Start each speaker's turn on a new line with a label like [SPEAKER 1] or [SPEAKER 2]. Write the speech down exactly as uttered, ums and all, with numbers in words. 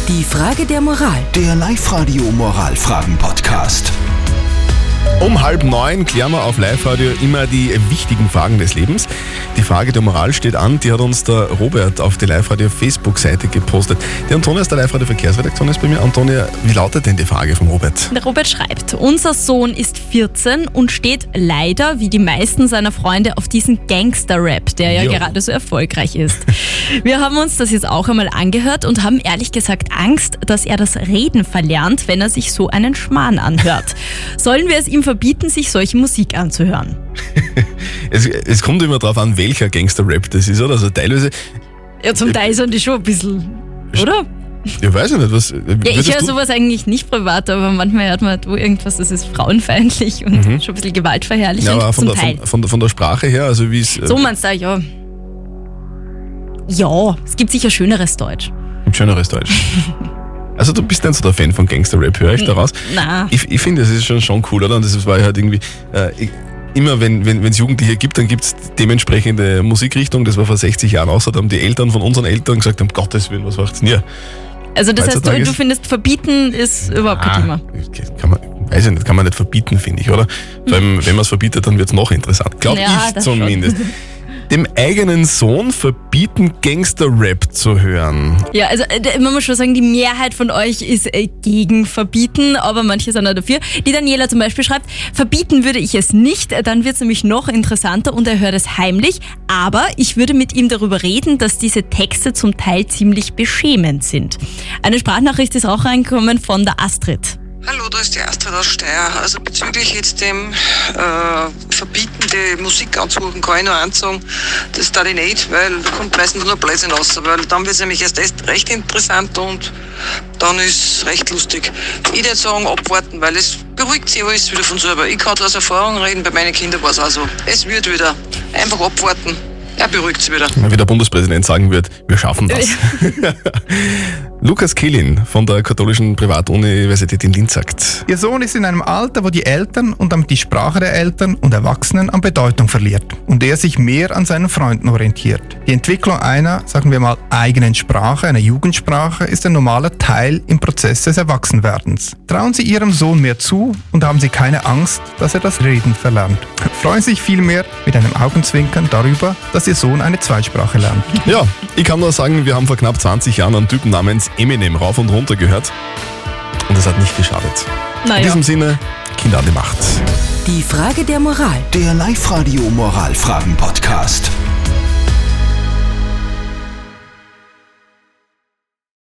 [SPEAKER 1] Die Frage der Moral.
[SPEAKER 2] Der Live-Radio-Moralfragen-Podcast.
[SPEAKER 3] Um halb neun klären wir auf Live-Radio immer die wichtigen Fragen des Lebens. Die Frage der Moral steht an, die hat uns der Robert auf die Live-Radio-Facebook-Seite gepostet. Die Antonia aus der Live-Radio-Verkehrsredaktion ist bei mir. Antonia, wie lautet denn die Frage von Robert?
[SPEAKER 4] Der Robert schreibt, unser Sohn ist vierzehn und steht leider, wie die meisten seiner Freunde, auf diesen Gangster-Rap, der ja
[SPEAKER 3] Jo.
[SPEAKER 4] gerade so erfolgreich ist. Wir haben uns das jetzt auch einmal angehört und haben ehrlich gesagt Angst, dass er das Reden verlernt, wenn er sich so einen Schmarrn anhört. Sollen wir es ihm verbieten, sich solche Musik anzuhören?
[SPEAKER 3] Es, es kommt immer darauf an, welcher Gangster-Rap das ist, oder? Also teilweise,
[SPEAKER 4] Ja, zum Teil sind die schon ein bisschen, oder?
[SPEAKER 3] ich weiß ja nicht, was...
[SPEAKER 4] Ja, ich höre sowas eigentlich nicht privat, aber manchmal hört man du irgendwas, das ist frauenfeindlich und schon ein bisschen gewaltverherrlichend.
[SPEAKER 3] Ja, aber auch von
[SPEAKER 4] zum
[SPEAKER 3] der,
[SPEAKER 4] Teil.
[SPEAKER 3] von, von, der, von der Sprache her, also wie es...
[SPEAKER 4] So meinst du, ja. Ja, es gibt sicher schöneres Deutsch.
[SPEAKER 3] Ein schöneres Deutsch. Also du bist nicht so der Fan von Gangster-Rap, höre ich daraus?
[SPEAKER 4] Na.
[SPEAKER 3] Ich, ich finde, das ist schon, schon cool, oder? Und das war halt irgendwie... Äh, ich, immer wenn wenn es Jugendliche gibt, dann gibt es dementsprechende Musikrichtung. Das war vor sechzig Jahren auch so. Da haben die Eltern von unseren Eltern gesagt, um Gottes Willen, was macht's denn hier?
[SPEAKER 4] Also das heißt, du,
[SPEAKER 3] Heutzutage
[SPEAKER 4] du
[SPEAKER 3] ist-
[SPEAKER 4] findest, verbieten ist überhaupt kein Thema.
[SPEAKER 3] Kann man, weiß ich nicht, kann man nicht verbieten, finde ich, oder? Vor allem, wenn man es verbietet, dann wird es noch interessant. Glaube
[SPEAKER 4] Ja,
[SPEAKER 3] ich
[SPEAKER 4] das schon.
[SPEAKER 3] zumindest. Dem eigenen Sohn verbieten, Gangster-Rap zu hören.
[SPEAKER 4] Ja, also äh, man muss schon sagen, die Mehrheit von euch ist äh, gegen Verbieten, aber manche sind auch dafür. Die Daniela zum Beispiel schreibt, verbieten würde ich es nicht, äh, dann wird es nämlich noch interessanter und er hört es heimlich, aber ich würde mit ihm darüber reden, dass diese Texte zum Teil ziemlich beschämend sind. Eine Sprachnachricht ist auch reingekommen von der Astrid.
[SPEAKER 5] Hallo, da ist die Astrid aus Steyr. Also bezüglich jetzt dem äh, Verbieten, die Musik anzuhören, kann ich nur eins sagen, das darf ich nicht, weil da kommt meistens nur Blödsinn raus, weil dann wird es nämlich erst recht interessant und dann ist es recht lustig. Ich würde sagen, abwarten, weil es beruhigt sich alles wieder von selber. Ich kann aus Erfahrung reden, bei meinen Kindern war es auch so. Es wird wieder. Einfach abwarten. Er beruhigt sich wieder.
[SPEAKER 3] Wie der Bundespräsident sagen wird, wir schaffen das. Lukas Kehlin von der katholischen Privatuniversität in Linz sagt,
[SPEAKER 6] Ihr Sohn ist in einem Alter, wo die Eltern und damit die Sprache der Eltern und Erwachsenen an Bedeutung verliert und er sich mehr an seinen Freunden orientiert. Die Entwicklung einer, sagen wir mal, eigenen Sprache, einer Jugendsprache, ist ein normaler Teil im Prozess des Erwachsenwerdens. Trauen Sie Ihrem Sohn mehr zu und haben Sie keine Angst, dass er das Reden verlernt. Freuen Sie sich vielmehr mit einem Augenzwinkern darüber, dass Ihr Sohn eine Zweitsprache lernt.
[SPEAKER 3] ja, ich kann nur sagen, wir haben vor knapp zwanzig Jahren einen Typen namens Eminem rauf und runter gehört und es hat nicht geschadet. In
[SPEAKER 4] Naja.
[SPEAKER 3] diesem Sinne, Kinder an die Macht.
[SPEAKER 1] Die Frage der Moral.
[SPEAKER 2] Der Live-Radio-Moralfragen-Podcast.